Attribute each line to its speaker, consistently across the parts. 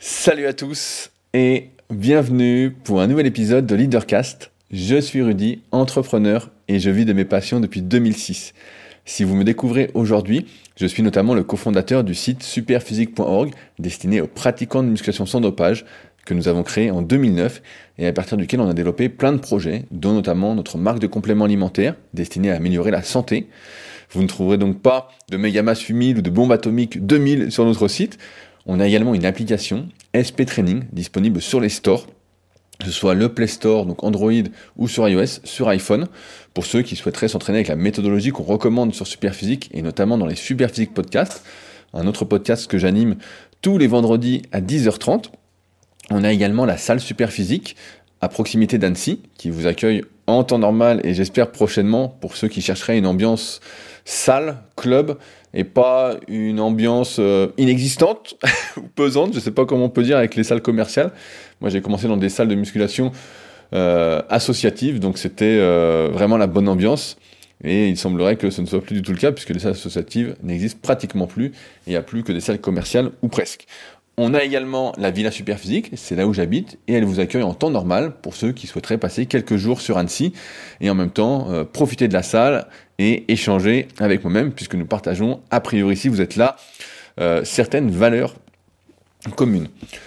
Speaker 1: Salut à tous et bienvenue pour un nouvel épisode de Leadercast. Je suis Rudy, entrepreneur et je vis de mes passions depuis 2006. Si vous me découvrez aujourd'hui, je suis notamment le cofondateur du site superphysique.org destiné aux pratiquants de musculation sans dopage que nous avons créé en 2009 et à partir duquel on a développé plein de projets, dont notamment notre marque de compléments alimentaires destinée à améliorer la santé. Vous ne trouverez donc pas de Megamass 8000 ou de bombe atomique 2000 sur notre site. On a également une application SP Training disponible sur les stores, que ce soit le Play Store, donc Android ou sur iOS, sur iPhone, pour ceux qui souhaiteraient s'entraîner avec la méthodologie qu'on recommande sur Superphysique et notamment dans les Superphysique Podcasts, un autre podcast que j'anime tous les vendredis à 10h30. On a également la salle Superphysique à proximité d'Annecy qui vous accueille en temps normal et j'espère prochainement pour ceux qui chercheraient une ambiance salle, club et pas une ambiance inexistante ou pesante, je sais pas comment on peut dire avec les salles commerciales. Moi j'ai commencé dans des salles de musculation associatives, donc c'était vraiment la bonne ambiance. Et il semblerait que ce ne soit plus du tout le cas, puisque les salles associatives n'existent pratiquement plus, et il n'y a plus que des salles commerciales, ou presque. On a également la Villa Superphysique, c'est là où j'habite, et elle vous accueille en temps normal pour ceux qui souhaiteraient passer quelques jours sur Annecy, et en même temps profiter de la salle et échanger avec moi-même, puisque nous partageons, a priori si vous êtes là, certaines valeurs communes.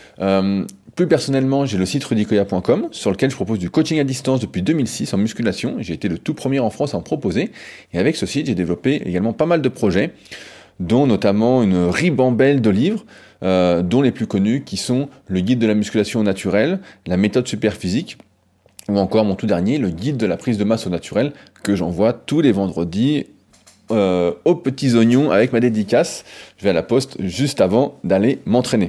Speaker 1: Plus personnellement, j'ai le site rudicoya.com sur lequel je propose du coaching à distance depuis 2006 en musculation. J'ai été le tout premier en France à en proposer. Et avec ce site, j'ai développé également pas mal de projets, dont notamment une ribambelle de livres, dont les plus connus qui sont le guide de la musculation au naturel, la méthode Superphysique, ou encore mon tout dernier, le guide de la prise de masse au naturel, que j'envoie tous les vendredis aux petits oignons avec ma dédicace. Je vais à la poste juste avant d'aller m'entraîner.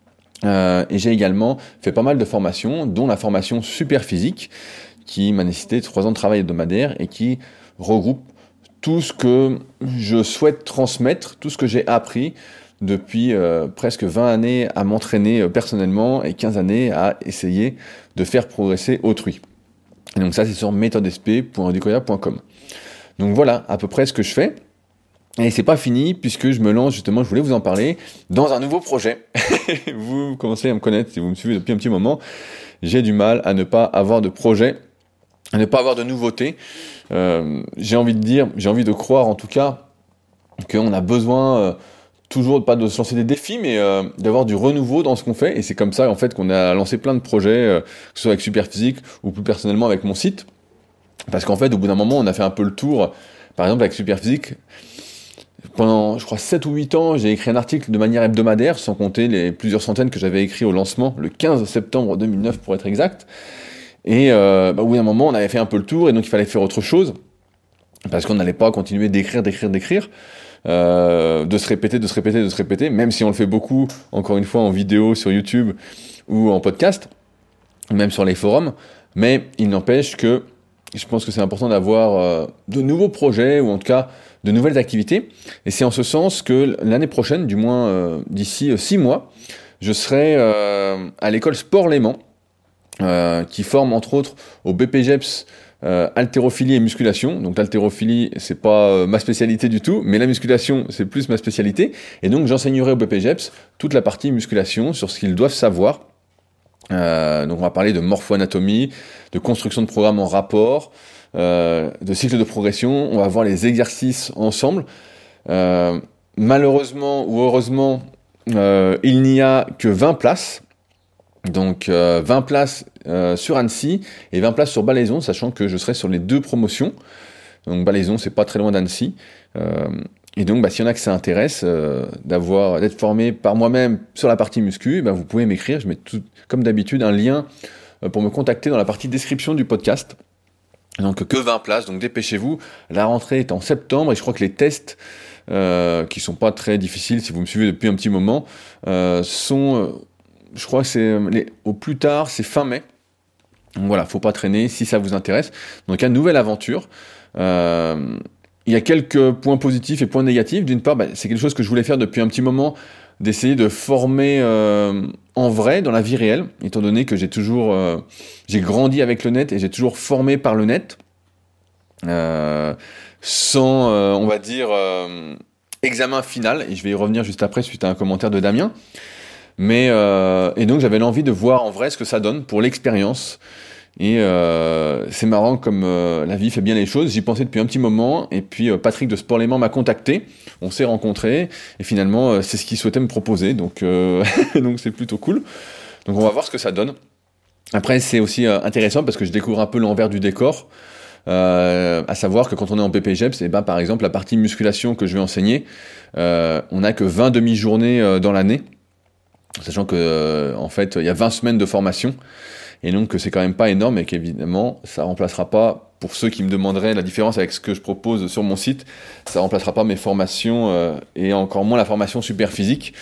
Speaker 1: Et j'ai également fait pas mal de formations, dont la formation Superphysique, qui m'a nécessité 3 ans de travail hebdomadaire et qui regroupe tout ce que je souhaite transmettre, tout ce que j'ai appris depuis presque 20 années à m'entraîner personnellement et 15 années à essayer de faire progresser autrui. Et donc ça, c'est sur méthodesp.rudicoya.com. Donc voilà à peu près ce que je fais. Et c'est pas fini, puisque je me lance justement, je voulais vous en parler, dans un nouveau projet. Vous commencez à me connaître, si vous me suivez depuis un petit moment, j'ai du mal à ne pas avoir de projet, à ne pas avoir de nouveautés. J'ai envie de croire en tout cas, qu'on a besoin toujours, pas de se lancer des défis, mais d'avoir du renouveau dans ce qu'on fait. Et c'est comme ça en fait qu'on a lancé plein de projets, que ce soit avec Superphysique ou plus personnellement avec mon site. Parce qu'en fait, au bout d'un moment, on a fait un peu le tour. Par exemple, avec Superphysique, pendant, je crois, 7 ou 8 ans, j'ai écrit un article de manière hebdomadaire, sans compter les plusieurs centaines que j'avais écrits au lancement, le 15 septembre 2009 pour être exact. Et au bout d'un moment, on avait fait un peu le tour, et donc il fallait faire autre chose, parce qu'on n'allait pas continuer d'écrire, de se répéter, même si on le fait beaucoup, encore une fois, en vidéo sur YouTube ou en podcast, même sur les forums. Mais il n'empêche que je pense que c'est important d'avoir de nouveaux projets, ou en tout cas de nouvelles activités. Et c'est en ce sens que l'année prochaine, du moins d'ici 6 mois, je serai à l'école Sport Léman, qui forme entre autres au BPGEPS haltérophilie et musculation. Donc l'haltérophilie, c'est pas ma spécialité du tout, mais la musculation, c'est plus ma spécialité. Et donc j'enseignerai au BPGEPS toute la partie musculation sur ce qu'ils doivent savoir. Donc on va parler de morpho-anatomie, de construction de programmes en rapport, de cycle de progression. On va voir les exercices ensemble. Malheureusement ou heureusement, il n'y a que 20 places. Donc 20 places sur Annecy et 20 places sur Balaison, sachant que je serai sur les 2 promotions. Donc Balaison, c'est pas très loin d'Annecy. Et donc, s'il y en a que ça intéresse d'être formé par moi-même sur la partie muscu, vous pouvez m'écrire. Je mets comme d'habitude un lien pour me contacter dans la partie description du podcast. Donc que 20 places, donc dépêchez-vous. La rentrée est en septembre et je crois que les tests, qui sont pas très difficiles si vous me suivez depuis un petit moment, sont, je crois que c'est au plus tard, c'est fin mai. Donc voilà, faut pas traîner si ça vous intéresse. Donc une nouvelle aventure. Il y a quelques points positifs et points négatifs. D'une part, c'est quelque chose que je voulais faire depuis un petit moment, d'essayer de former en vrai, dans la vie réelle, étant donné que j'ai grandi avec le net et j'ai toujours formé par le net, sans, on va dire, examen final, et je vais y revenir juste après suite à un commentaire de Damien. Et donc j'avais l'envie de voir en vrai ce que ça donne pour l'expérience. Et c'est marrant comme la vie fait bien les choses. J'y pensais depuis un petit moment, et puis Patrick de Sport Léman m'a contacté, on s'est rencontrés, et finalement c'est ce qu'il souhaitait me proposer, donc donc c'est plutôt cool. Donc on va voir ce que ça donne. Après c'est aussi intéressant parce que je découvre un peu l'envers du décor, à savoir que quand on est en BPGEPS, et ben par exemple la partie musculation que je vais enseigner, on n'a que 20 demi-journées dans l'année, sachant que en fait il y a 20 semaines de formation. Et donc c'est quand même pas énorme et qu'évidemment ça remplacera pas, pour ceux qui me demanderaient la différence avec ce que je propose sur mon site, ça remplacera pas mes formations et encore moins la formation super physique.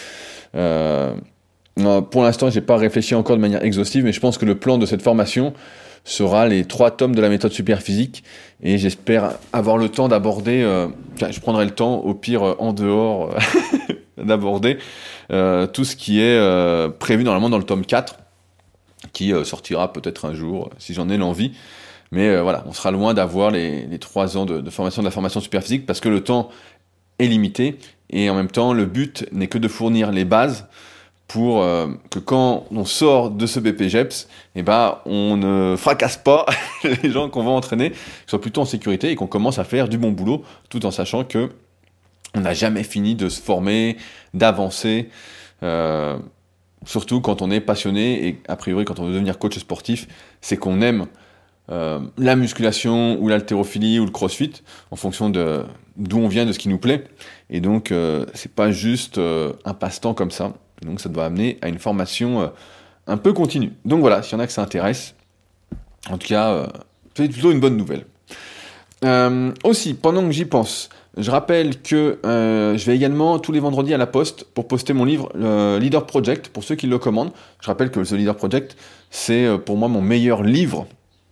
Speaker 1: Pour l'instant j'ai pas réfléchi encore de manière exhaustive, mais je pense que le plan de cette formation sera les 3 tomes de la méthode super physique, et j'espère avoir le temps d'aborder, je prendrai le temps au pire en dehors d'aborder tout ce qui est prévu normalement dans le tome 4, qui sortira peut-être un jour, si j'en ai l'envie. Mais voilà, on sera loin d'avoir les 3 ans de formation de la formation super physique, parce que le temps est limité, et en même temps, le but n'est que de fournir les bases pour que quand on sort de ce BPGEPS, eh ben, on ne fracasse pas les gens qu'on va entraîner, qu'ils soient plutôt en sécurité et qu'on commence à faire du bon boulot, tout en sachant que on n'a jamais fini de se former, d'avancer, surtout quand on est passionné, et a priori quand on veut devenir coach sportif, c'est qu'on aime la musculation ou l'haltérophilie ou le crossfit, en fonction de d'où on vient, de ce qui nous plaît. Et donc c'est pas juste un passe-temps comme ça. Donc ça doit amener à une formation un peu continue. Donc voilà, s'il y en a que ça intéresse, en tout cas c'est plutôt une bonne nouvelle. Aussi, pendant que j'y pense, je rappelle que je vais également tous les vendredis à la Poste pour poster mon livre Leader Project, pour ceux qui le commandent. Je rappelle que The Leader Project, c'est pour moi mon meilleur livre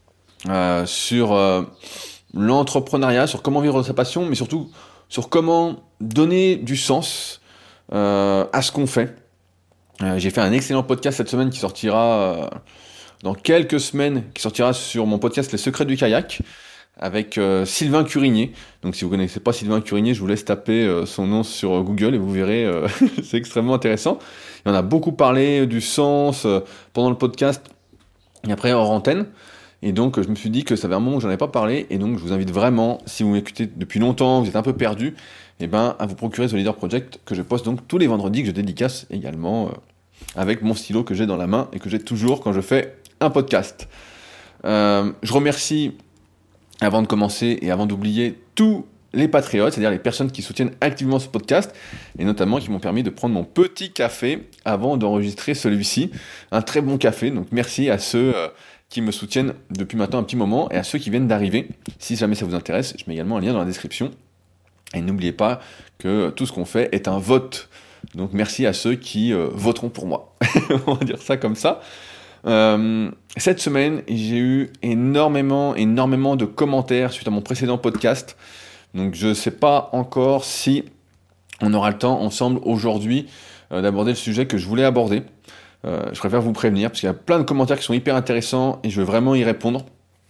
Speaker 1: sur l'entrepreneuriat, sur comment vivre de sa passion, mais surtout sur comment donner du sens à ce qu'on fait. J'ai fait un excellent podcast cette semaine qui sortira dans quelques semaines, qui sortira sur mon podcast Les Secrets du Kayak, avec Sylvain Curigné. Donc si vous connaissez pas Sylvain Curigné, je vous laisse taper son nom sur Google et vous verrez, c'est extrêmement intéressant. Et on a beaucoup parlé du sens pendant le podcast et après hors antenne. Et donc je me suis dit que ça avait un moment où j'en avais pas parlé, et donc je vous invite vraiment, si vous m'écoutez depuis longtemps, vous êtes un peu perdu, et ben à vous procurer The Leader Project, que je poste donc tous les vendredis, que je dédicace également avec mon stylo que j'ai dans la main et que j'ai toujours quand je fais un podcast. Je remercie, avant de commencer et avant d'oublier, tous les patriotes, c'est-à-dire les personnes qui soutiennent activement ce podcast, et notamment qui m'ont permis de prendre mon petit café avant d'enregistrer celui-ci. Un très bon café, donc merci à ceux qui me soutiennent depuis maintenant un petit moment, et à ceux qui viennent d'arriver. Si jamais ça vous intéresse, je mets également un lien dans la description. Et n'oubliez pas que tout ce qu'on fait est un vote. Donc merci à ceux qui voteront pour moi. On va dire ça comme ça. Cette semaine, j'ai eu énormément de commentaires suite à mon précédent podcast. Donc je ne sais pas encore si on aura le temps ensemble aujourd'hui d'aborder le sujet que je voulais aborder. Je préfère vous prévenir, parce qu'il y a plein de commentaires qui sont hyper intéressants et je veux vraiment y répondre.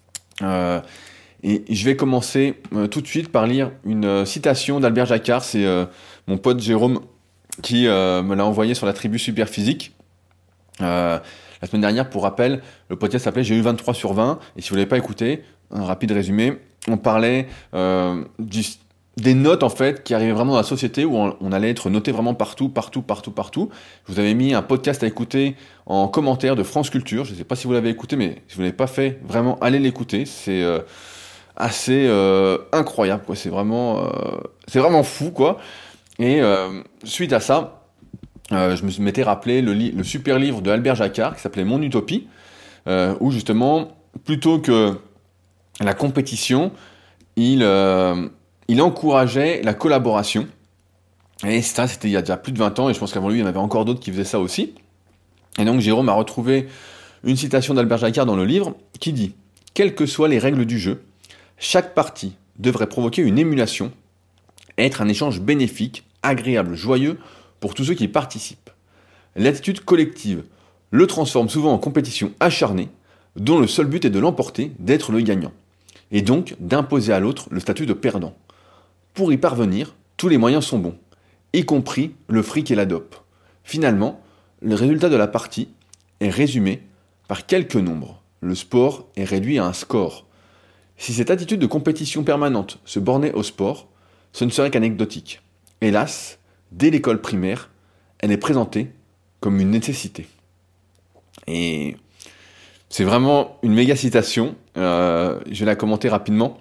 Speaker 1: Et je vais commencer tout de suite par lire une citation d'Albert Jacquard. C'est mon pote Jérôme qui me l'a envoyé sur la tribu Super Physique. La semaine dernière, pour rappel, le podcast s'appelait J'ai eu 23 sur 20. Et si vous ne l'avez pas écouté, un rapide résumé, on parlait des notes en fait qui arrivaient vraiment dans la société, où on allait être noté vraiment partout. Je vous avais mis un podcast à écouter en commentaire de France Culture. Je ne sais pas si vous l'avez écouté, mais si vous ne l'avez pas fait, vraiment allez l'écouter. C'est assez incroyable, quoi. C'est vraiment fou, quoi. Et suite à ça, je me m'étais rappelé le super livre de Albert Jacquard qui s'appelait Mon Utopie, où justement, plutôt que la compétition, il encourageait la collaboration. Et ça, c'était il y a déjà plus de 20 ans, et je pense qu'avant lui, il y en avait encore d'autres qui faisaient ça aussi. Et donc Jérôme a retrouvé une citation d'Albert Jacquard dans le livre qui dit « Quelles que soient les règles du jeu, chaque partie devrait provoquer une émulation, être un échange bénéfique, agréable, joyeux pour tous ceux qui y participent. L'attitude collective le transforme souvent en compétition acharnée, dont le seul but est de l'emporter, d'être le gagnant, et donc d'imposer à l'autre le statut de perdant. Pour y parvenir, tous les moyens sont bons, y compris le fric et la dope. Finalement, le résultat de la partie est résumé par quelques nombres. Le sport est réduit à un score. Si cette attitude de compétition permanente se bornait au sport, ce ne serait qu'anecdotique. Hélas, dès l'école primaire, elle est présentée comme une nécessité. Et c'est vraiment une méga citation, je vais la commenter rapidement.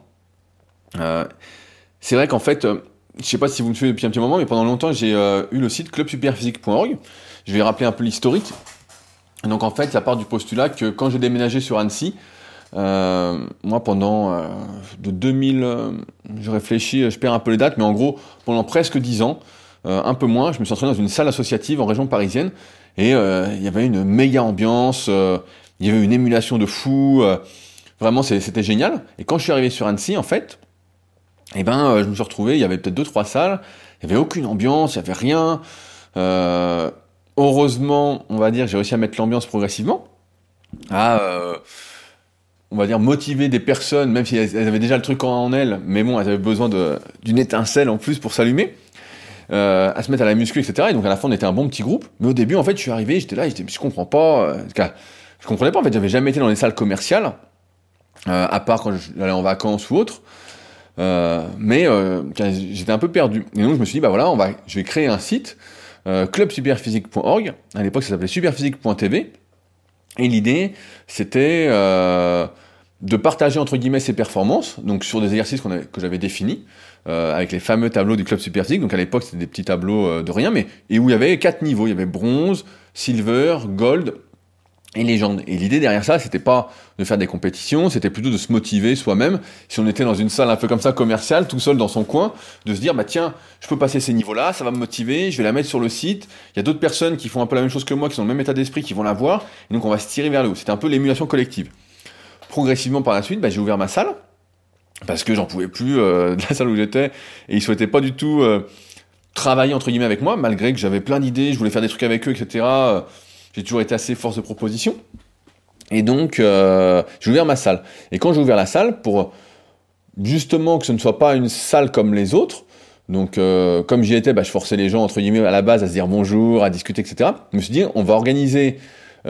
Speaker 1: C'est vrai qu'en fait, je ne sais pas si vous me suivez depuis un petit moment, mais pendant longtemps j'ai eu le site clubsuperphysique.org. Je vais rappeler un peu l'historique. Donc en fait, ça part du postulat que quand j'ai déménagé sur Annecy, moi pendant de 2000, je réfléchis, je perds un peu les dates, mais en gros pendant presque 10 ans, un peu moins, je me suis entraîné dans une salle associative en région parisienne et il y avait une méga ambiance, il y avait une émulation de fou, vraiment c'était génial. Et quand je suis arrivé sur Annecy en fait, je me suis retrouvé, il y avait peut-être 2-3 salles, il n'y avait aucune ambiance, il n'y avait rien. Heureusement, on va dire, j'ai réussi à mettre l'ambiance progressivement, à on va dire motiver des personnes, même si elles avaient déjà le truc en elles, mais bon, elles avaient besoin d'une étincelle en plus pour s'allumer, à se mettre à la muscu, etc. Et donc à la fin, on était un bon petit groupe. Mais au début, en fait, je suis arrivé, j'étais là, je comprends pas. Je comprenais pas, en fait, j'avais jamais été dans les salles commerciales, à part quand j'allais en vacances ou autre. Mais j'étais un peu perdu. Et donc je me suis dit, bah voilà, je vais créer un site, clubsuperphysique.org. À l'époque, ça s'appelait superphysique.tv. Et l'idée, c'était de partager entre guillemets ses performances, donc sur des exercices que j'avais définis, avec les fameux tableaux du Club Superphysique. Donc à l'époque, c'était des petits tableaux de rien, et où il y avait 4 niveaux. Il y avait bronze, silver, gold et légende. Et l'idée derrière ça, c'était pas de faire des compétitions, c'était plutôt de se motiver soi-même. Si on était dans une salle un peu comme ça commerciale, tout seul dans son coin, de se dire bah tiens, je peux passer ces niveaux-là, ça va me motiver, je vais la mettre sur le site. Il y a d'autres personnes qui font un peu la même chose que moi, qui sont dans le même état d'esprit, qui vont la voir, et donc on va se tirer vers le haut. C'était un peu l'émulation collective. Progressivement par la suite, j'ai ouvert ma salle parce que j'en pouvais plus de la salle où j'étais, et ils souhaitaient pas du tout travailler entre guillemets avec moi, malgré que j'avais plein d'idées, je voulais faire des trucs avec eux, etc. J'ai toujours été assez force de proposition. Et donc, j'ai ouvert ma salle. Et quand j'ai ouvert la salle, pour justement que ce ne soit pas une salle comme les autres, donc comme j'y étais, je forçais les gens, entre guillemets, à la base, à se dire bonjour, à discuter, etc. Je me suis dit, on va organiser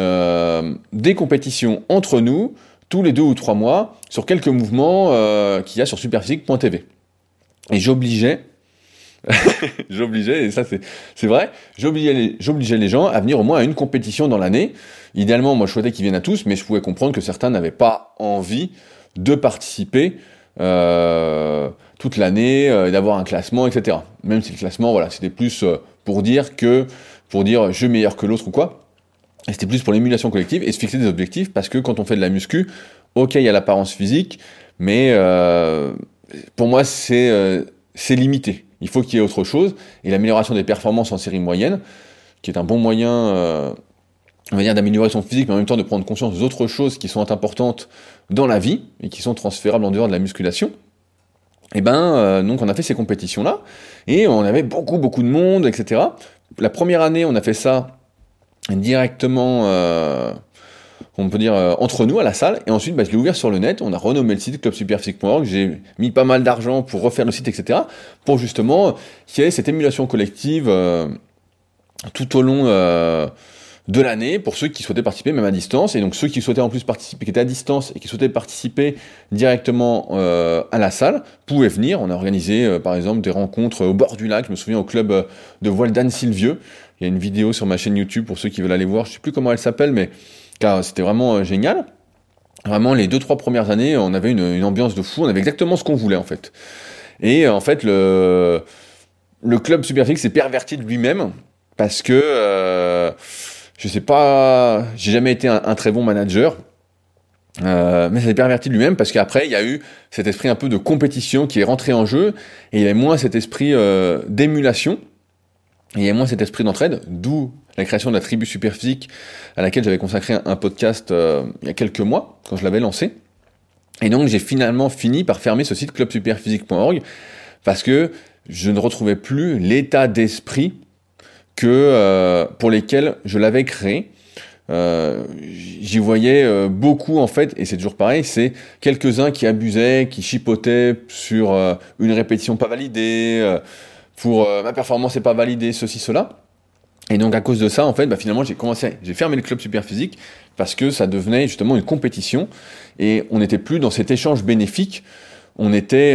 Speaker 1: des compétitions entre nous, tous les 2 ou 3 mois, sur quelques mouvements qu'il y a sur superphysique.tv. Et j'obligeais, et ça c'est vrai, j'obligeais les gens à venir au moins à une compétition dans l'année. Idéalement, moi je souhaitais qu'ils viennent à tous, mais je pouvais comprendre que certains n'avaient pas envie de participer toute l'année, d'avoir un classement, etc. Même si le classement, voilà, c'était plus pour dire je suis meilleur que l'autre ou quoi. Et c'était plus pour l'émulation collective et se fixer des objectifs, parce que quand on fait de la muscu, ok, il y a l'apparence physique, mais pour moi c'est limité. Il faut qu'il y ait autre chose, et l'amélioration des performances en série moyenne, qui est un bon moyen, on va dire, d'améliorer son physique, mais en même temps de prendre conscience des autres choses qui sont importantes dans la vie, et qui sont transférables en dehors de la musculation. Et donc on a fait ces compétitions-là, et on avait beaucoup de monde, etc. La première année, on a fait ça directement, on peut dire, entre nous à la salle, et ensuite je l'ai ouvert sur le net, on a renommé le site clubsuperphysique.org, j'ai mis pas mal d'argent pour refaire le site, etc., pour justement qu'il y ait cette émulation collective tout au long de l'année, pour ceux qui souhaitaient participer même à distance, et donc ceux qui souhaitaient en plus participer, qui étaient à distance et qui souhaitaient participer directement à la salle, pouvaient venir. On a organisé par exemple des rencontres au bord du lac, je me souviens au club de voile d'Anne-Sylvieux. Il y a une vidéo sur ma chaîne YouTube pour ceux qui veulent aller voir, je sais plus comment elle s'appelle, mais car c'était vraiment génial. Vraiment, les 2-3 premières années, on avait une ambiance de fou, on avait exactement ce qu'on voulait en fait. Et en fait, le club Superphysique s'est perverti de lui-même, parce que, je sais pas, j'ai jamais été un très bon manager, mais ça s'est perverti de lui-même, parce qu'après, il y a eu cet esprit un peu de compétition qui est rentré en jeu, et il y avait moins cet esprit d'émulation, et il y avait moins cet esprit d'entraide, d'où la création de la tribu Superphysique, à laquelle j'avais consacré un podcast il y a quelques mois, quand je l'avais lancé. Et donc j'ai finalement fini par fermer ce site clubsuperphysique.org, parce que je ne retrouvais plus l'état d'esprit pour lesquels je l'avais créé. J'y voyais beaucoup en fait, et c'est toujours pareil, c'est quelques-uns qui abusaient, qui chipotaient sur une répétition pas validée, pour ma performance n'est pas validée, ceci, cela. Et donc à cause de ça, en fait, finalement, j'ai fermé le club Superphysique parce que ça devenait justement une compétition et on n'était plus dans cet échange bénéfique. On était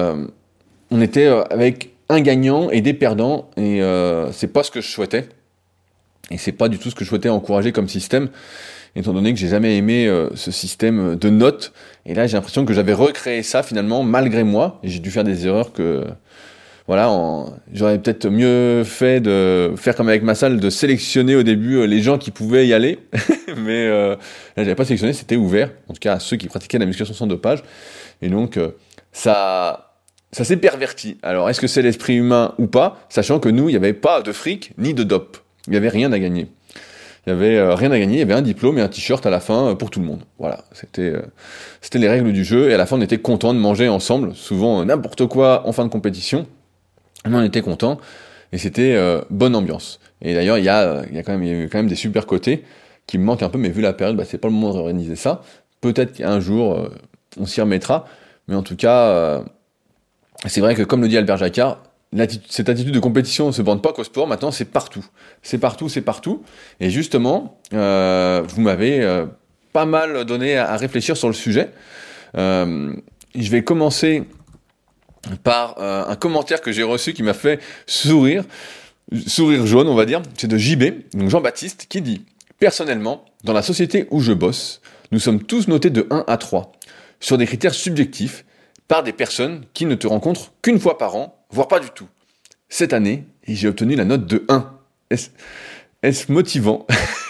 Speaker 1: avec un gagnant et des perdants et c'est pas ce que je souhaitais. Et c'est pas du tout ce que je souhaitais encourager comme système, étant donné que j'ai jamais aimé ce système de notes. Et là, j'ai l'impression que j'avais recréé ça finalement malgré moi. Et j'ai dû faire des erreurs que j'aurais peut-être mieux fait de faire comme avec ma salle, de sélectionner au début les gens qui pouvaient y aller. Mais là, j'avais pas sélectionné, c'était ouvert, en tout cas à ceux qui pratiquaient la musculation sans dopage. Et donc, ça s'est perverti. Alors, est-ce que c'est l'esprit humain ou pas, sachant que nous, il n'y avait pas de fric ni de dope. Il n'y avait rien à gagner. Il n'y avait rien à gagner, il y avait un diplôme et un t-shirt à la fin pour tout le monde. Voilà, c'était les règles du jeu. Et à la fin, on était content de manger ensemble, souvent n'importe quoi en fin de compétition. Mais on était content et c'était bonne ambiance. Et d'ailleurs, il y a quand même des super côtés qui me manquent un peu, mais vu la période, c'est pas le moment de réorganiser ça. Peut-être qu'un jour, on s'y remettra. Mais en tout cas, c'est vrai que comme le dit Albert Jacquard, cette attitude de compétition ne se bande pas qu'au sport, maintenant c'est partout. C'est partout. Et justement, vous m'avez pas mal donné à réfléchir sur le sujet. Je vais commencer par un commentaire que j'ai reçu qui m'a fait sourire jaune on va dire, c'est de JB, donc Jean-Baptiste, qui dit « Personnellement, dans la société où je bosse, nous sommes tous notés de 1 à 3, sur des critères subjectifs, par des personnes qui ne te rencontrent qu'une fois par an, voire pas du tout. Cette année, j'ai obtenu la note de 1. Est-ce motivant ?»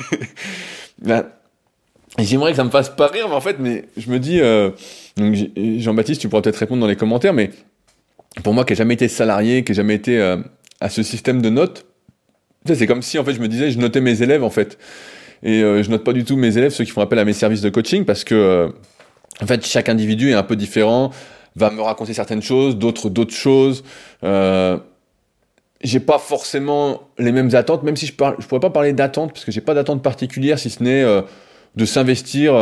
Speaker 1: J'aimerais que ça me fasse pas rire, mais je me dis, donc Jean-Baptiste, tu pourras peut-être répondre dans les commentaires, mais pour moi qui n'ai jamais été salarié, qui n'ai jamais été à ce système de notes, c'est comme si en fait je me disais, je notais mes élèves en fait. Et je note pas du tout mes élèves, ceux qui font appel à mes services de coaching, parce que en fait chaque individu est un peu différent, va me raconter certaines choses, d'autres choses. J'ai pas forcément les mêmes attentes, même si je pourrais pas parler d'attente, parce que j'ai pas d'attente particulière, si ce n'est de s'investir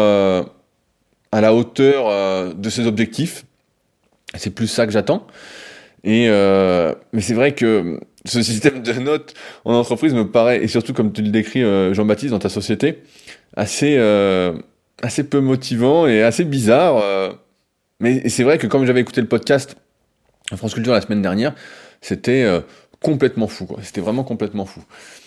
Speaker 1: à la hauteur de ses objectifs. C'est plus ça que j'attends. Mais c'est vrai que ce système de notes en entreprise me paraît, et surtout comme tu le décris Jean-Baptiste dans ta société, assez peu motivant et assez bizarre. Mais c'est vrai que comme j'avais écouté le podcast France Culture la semaine dernière, c'était complètement fou, quoi. C'était vraiment complètement fou.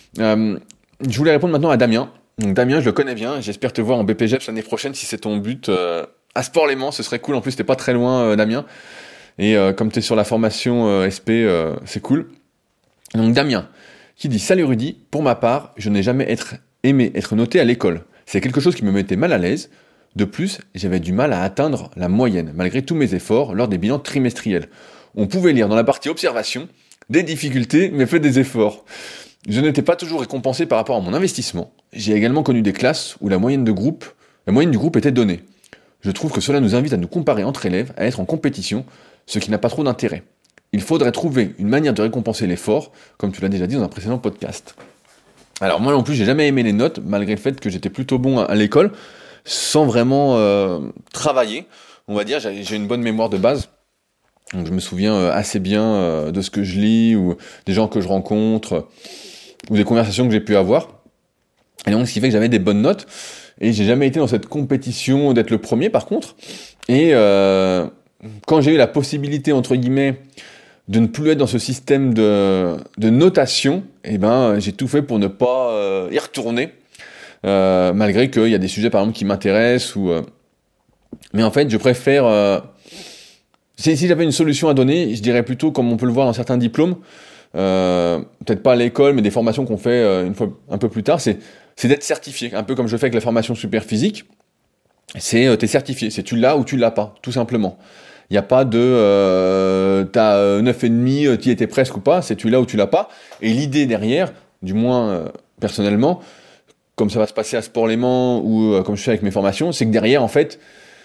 Speaker 1: Je voulais répondre maintenant à Damien. Donc Damien, je le connais bien, j'espère te voir en BPGEPS l'année prochaine si c'est ton but. À Sport-Léman, ce serait cool, en plus t'es pas très loin Damien. Et comme t'es sur la formation SP, c'est cool. Donc Damien, qui dit « Salut Rudy, pour ma part, je n'ai jamais aimé être noté à l'école. C'est quelque chose qui me mettait mal à l'aise. De plus, j'avais du mal à atteindre la moyenne, malgré tous mes efforts, lors des bilans trimestriels. On pouvait lire dans la partie observation des difficultés, mais fait des efforts. Je n'étais pas toujours récompensé par rapport à mon investissement. J'ai également connu des classes où la moyenne du groupe était donnée. Je trouve que cela nous invite à nous comparer entre élèves, à être en compétition, ce qui n'a pas trop d'intérêt. Il faudrait trouver une manière de récompenser l'effort, comme tu l'as déjà dit dans un précédent podcast. » Alors moi non plus, j'ai jamais aimé les notes, malgré le fait que j'étais plutôt bon à l'école, sans vraiment travailler. On va dire, j'ai une bonne mémoire de base. Donc je me souviens assez bien de ce que je lis, ou des gens que je rencontre, ou des conversations que j'ai pu avoir. Et donc ce qui fait que j'avais des bonnes notes, et j'ai jamais été dans cette compétition d'être le premier par contre. Et quand j'ai eu la possibilité, entre guillemets, de ne plus être dans ce système de notation, j'ai tout fait pour ne pas y retourner, malgré qu'il y a des sujets par exemple qui m'intéressent, mais en fait je préfère... Si j'avais une solution à donner, je dirais plutôt, comme on peut le voir dans certains diplômes, peut-être pas à l'école, mais des formations qu'on fait une fois un peu plus tard, c'est d'être certifié, un peu comme je fais avec la formation Superphysique. T'es certifié, c'est tu l'as ou tu l'as pas, tout simplement. Il n'y a pas de t'as 9,5, t'y étais presque ou pas, c'est tu l'as ou tu l'as pas. Et l'idée derrière, du moins personnellement, comme ça va se passer à Sport-Léman ou comme je fais avec mes formations, c'est que derrière, en fait,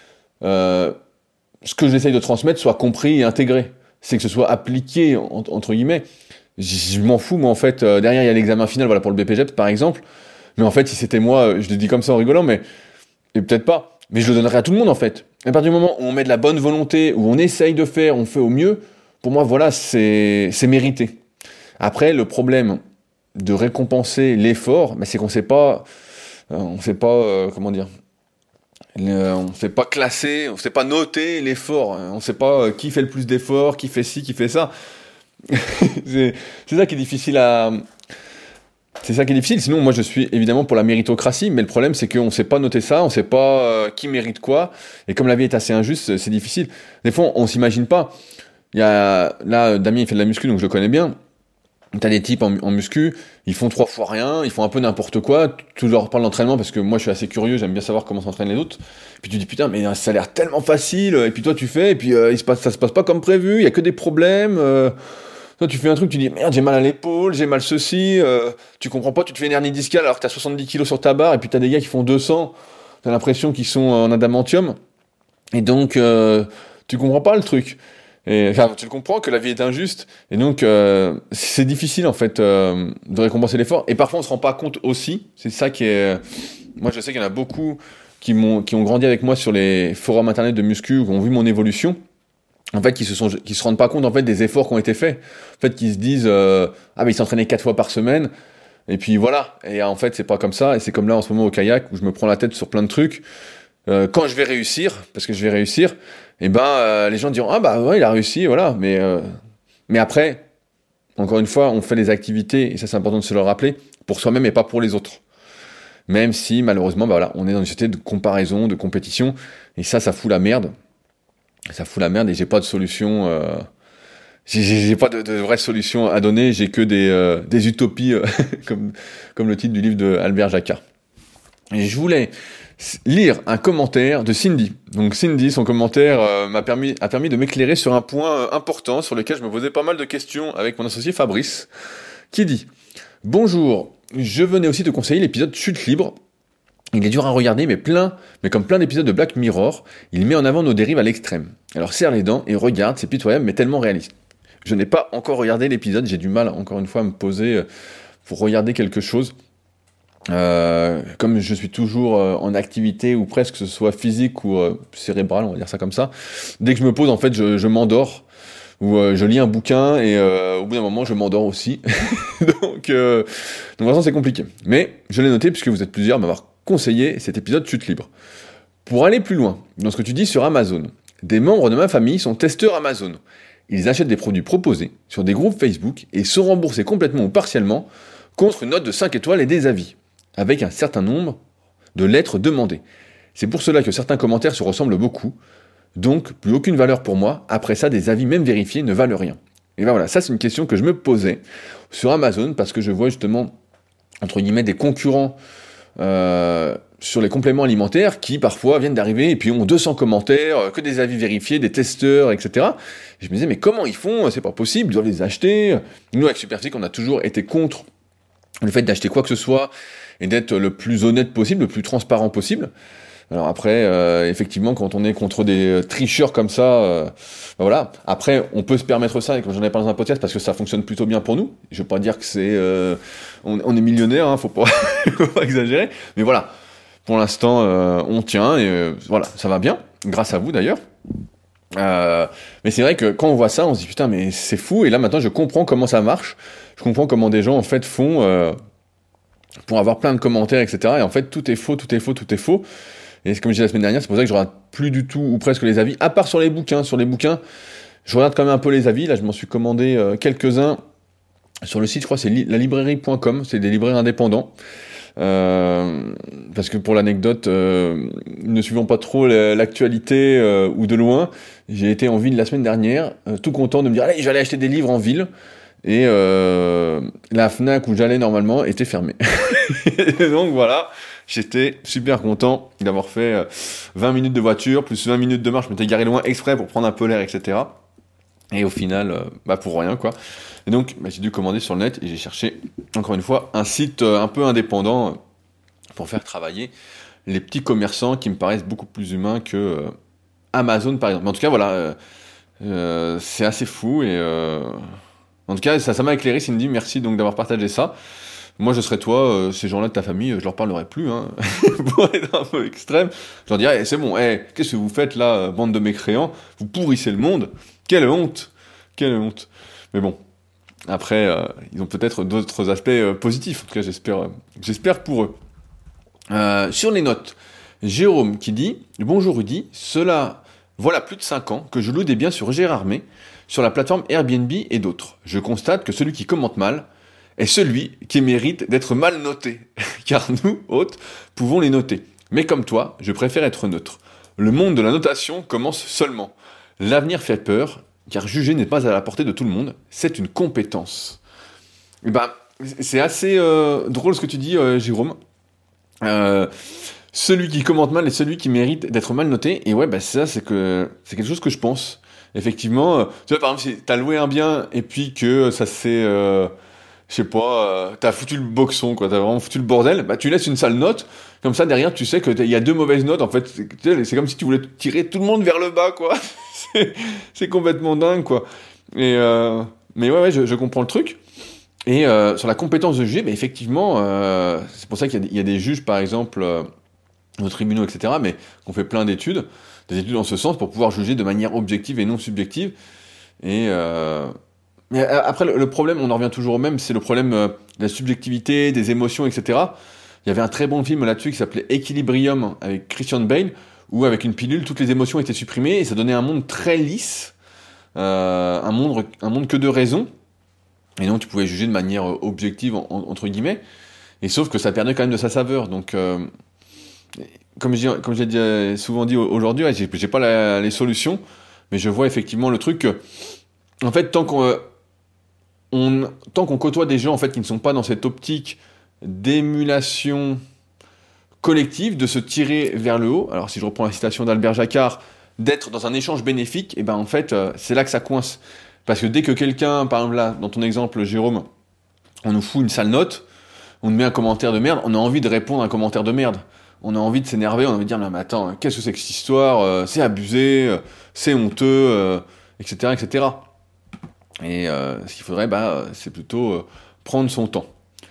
Speaker 1: ce que j'essaye de transmettre soit compris et intégré. C'est que ce soit appliqué, entre guillemets. Je m'en fous, moi, en fait. Derrière, il y a l'examen final, voilà, pour le BPGEPS, par exemple. Mais en fait, si c'était moi, je le dis comme ça en rigolant, mais... Et peut-être pas. Mais je le donnerais à tout le monde, en fait. À partir du moment où on met de la bonne volonté, où on essaye de faire, on fait au mieux, pour moi, voilà, c'est mérité. Après, le problème de récompenser l'effort, c'est qu'on sait pas, comment dire, on sait pas classer, on sait pas noter l'effort, on sait pas qui fait le plus d'efforts, qui fait ci, qui fait ça. c'est ça qui est difficile à... C'est ça qui est difficile, sinon moi je suis évidemment pour la méritocratie, mais le problème c'est qu'on ne sait pas noter ça, on ne sait pas qui mérite quoi, et comme la vie est assez injuste, c'est difficile. Des fois on s'imagine pas, là Damien il fait de la muscu donc je le connais bien, t'as des types en muscu, ils font 3 fois rien, ils font un peu n'importe quoi, tu leur parles d'entraînement parce que moi je suis assez curieux, j'aime bien savoir comment s'entraînent les autres, puis tu dis putain mais ça a l'air tellement facile, et puis toi tu fais, et puis ça se passe pas comme prévu, il y a que des problèmes... Toi, tu fais un truc, tu dis merde, j'ai mal à l'épaule, j'ai mal ceci, tu comprends pas, tu te fais une hernie discale alors que t'as 70 kilos sur ta barre et puis t'as des gars qui font 200, t'as l'impression qu'ils sont en adamantium, et donc tu comprends pas le truc. Et enfin, tu le comprends que la vie est injuste, et donc c'est difficile en fait de récompenser l'effort, et parfois on se rend pas compte aussi, c'est ça qui est. Moi je sais qu'il y en a beaucoup qui ont grandi avec moi sur les forums internet de muscu, qui ont vu mon évolution. En fait, qui se rendent pas compte en fait des efforts qui ont été faits. En fait, qui se disent ah mais il s'entraînait 4 fois par semaine et puis voilà. Et en fait, c'est pas comme ça. Et c'est comme là en ce moment au kayak où je me prends la tête sur plein de trucs. Quand je vais réussir, parce que je vais réussir, et les gens diront ah bah ouais il a réussi voilà. Mais après, encore une fois, on fait les activités et ça c'est important de se le rappeler pour soi-même et pas pour les autres. Même si malheureusement voilà, on est dans une société de comparaison, de compétition et ça fout la merde. Ça fout la merde et j'ai pas de solution. J'ai pas de vraie solution à donner. J'ai que des utopies comme le titre du livre de Albert Jacquard. Et je voulais lire un commentaire de Cindy. Donc Cindy, son commentaire a permis de m'éclairer sur un point important sur lequel je me posais pas mal de questions avec mon associé Fabrice, qui dit bonjour. Je venais aussi te conseiller l'épisode Chute libre. Il est dur à regarder, mais comme plein d'épisodes de Black Mirror, il met en avant nos dérives à l'extrême. Alors serre les dents et regarde, c'est pitoyable, mais tellement réaliste. Je n'ai pas encore regardé l'épisode, j'ai du mal, encore une fois, à me poser pour regarder quelque chose. Comme je suis toujours en activité, ou presque, que ce soit physique ou cérébrale, on va dire ça comme ça, dès que je me pose, en fait, je m'endors, ou je lis un bouquin, et au bout d'un moment, je m'endors aussi. Donc vraiment, c'est compliqué. Mais je l'ai noté, puisque vous êtes plusieurs à m'avoir conseiller cet épisode Chute libre. Pour aller plus loin, dans ce que tu dis sur Amazon, des membres de ma famille sont testeurs Amazon. Ils achètent des produits proposés sur des groupes Facebook et sont remboursés complètement ou partiellement contre une note de 5 étoiles et des avis, avec un certain nombre de lettres demandées. C'est pour cela que certains commentaires se ressemblent beaucoup, donc plus aucune valeur pour moi. Après ça, des avis même vérifiés ne valent rien. Et voilà, ça c'est une question que je me posais sur Amazon parce que je vois justement, entre guillemets, des concurrents sur les compléments alimentaires qui parfois viennent d'arriver et puis ont 200 commentaires, que des avis vérifiés, des testeurs, etc. Et je me disais mais comment ils font, c'est pas possible, ils doivent les acheter. Nous avec Superphysique on a toujours été contre le fait d'acheter quoi que ce soit et d'être le plus honnête possible, le plus transparent possible. Alors après, effectivement, quand on est contre des tricheurs comme ça, voilà. Après, on peut se permettre ça, et comme j'en ai parlé dans un podcast, parce que ça fonctionne plutôt bien pour nous. Je veux pas dire que c'est, on est millionnaire, hein, faut pas exagérer. Mais voilà, pour l'instant, on tient et voilà, ça va bien, grâce à vous d'ailleurs. Mais c'est vrai que quand on voit ça, on se dit putain, mais c'est fou. Et là maintenant, je comprends comment ça marche. Je comprends comment des gens en fait font pour avoir plein de commentaires, etc. Et en fait, tout est faux, tout est faux, tout est faux. Et comme je disais la semaine dernière, c'est pour ça que je regarde plus du tout ou presque les avis, à part sur les bouquins. Sur les bouquins, je regarde quand même un peu les avis. Là, je m'en suis commandé quelques-uns sur le site, je crois que c'est lalibrairie.com, c'est des libraires indépendants. Parce que pour l'anecdote, ne suivant pas trop l'actualité ou de loin, j'ai été en ville la semaine dernière, tout content de me dire allez, j'allais acheter des livres en ville. Et la Fnac où j'allais normalement était fermée. Et donc voilà, j'étais super content d'avoir fait 20 minutes de voiture, plus 20 minutes de marche, je m'étais garé loin exprès pour prendre un peu l'air, etc. Et au final, pour rien quoi. Et donc j'ai dû commander sur le net et j'ai cherché, encore une fois, un site un peu indépendant pour faire travailler les petits commerçants qui me paraissent beaucoup plus humains que Amazon par exemple. Mais en tout cas voilà, c'est assez fou et... En tout cas, ça m'a éclairé, Cindy, merci donc d'avoir partagé ça. Moi, je serais toi, ces gens-là de ta famille, je leur parlerai plus, hein, pour être un peu extrême. Je leur dirais, c'est bon, qu'est-ce que vous faites là, bande de mécréants? Vous pourrissez le monde. Quelle honte! Quelle honte! Mais bon, Après, ils ont peut-être d'autres aspects positifs. En tout cas, j'espère pour eux. Sur les notes, Jérôme qui dit « Bonjour Rudy, cela voilà plus de 5 ans que je loue des biens sur Gérardmer, sur la plateforme Airbnb et d'autres. Je constate que celui qui commente mal est celui qui mérite d'être mal noté, car nous, hôtes, pouvons les noter. Mais comme toi, je préfère être neutre. Le monde de la notation commence seulement. L'avenir fait peur, car juger n'est pas à la portée de tout le monde, c'est une compétence. » Et ben, c'est assez drôle ce que tu dis, Jérôme. Celui qui commente mal est celui qui mérite d'être mal noté. Et ouais, bah ça, c'est quelque chose que je pense. Effectivement, tu vois, par exemple, si t'as loué un bien et puis que ça s'est, je sais pas, t'as foutu le boxon, quoi, t'as vraiment foutu le bordel, bah tu laisses une sale note. Comme ça, derrière, tu sais qu'il y a 2 mauvaises notes. En fait, c'est comme si tu voulais tirer tout le monde vers le bas, quoi. c'est complètement dingue, quoi. Et mais ouais, je comprends le truc. Et sur la compétence de juger, bah, effectivement, c'est pour ça qu'il y a des juges, par exemple, aux tribunaux, etc., mais qu'on fait plein d'études, des études en ce sens, pour pouvoir juger de manière objective et non subjective. Et mais après, le problème, on en revient toujours au même, c'est le problème de la subjectivité, des émotions, etc. Il y avait un très bon film là-dessus qui s'appelait Equilibrium, avec Christian Bale, où avec une pilule, toutes les émotions étaient supprimées, et ça donnait un monde très lisse, un monde que de raison. Et donc tu pouvais juger de manière objective, entre guillemets, et sauf que ça perdait quand même de sa saveur. Donc, comme j'ai souvent dit aujourd'hui, ouais, j'ai pas les solutions, mais je vois effectivement le truc que, en fait, tant qu'on côtoie des gens en fait qui ne sont pas dans cette optique d'émulation collective, de se tirer vers le haut. Alors si je reprends la citation d'Albert Jacquard, d'être dans un échange bénéfique, et ben en fait, c'est là que ça coince. Parce que dès que quelqu'un, par exemple là, dans ton exemple, Jérôme, on nous fout une sale note, on nous met un commentaire de merde, on a envie de répondre à un commentaire de merde. On a envie de s'énerver, on a envie de dire, non mais attends, qu'est-ce que c'est que cette histoire, c'est abusé, c'est honteux, etc., etc. Et ce qu'il faudrait, c'est plutôt prendre son temps.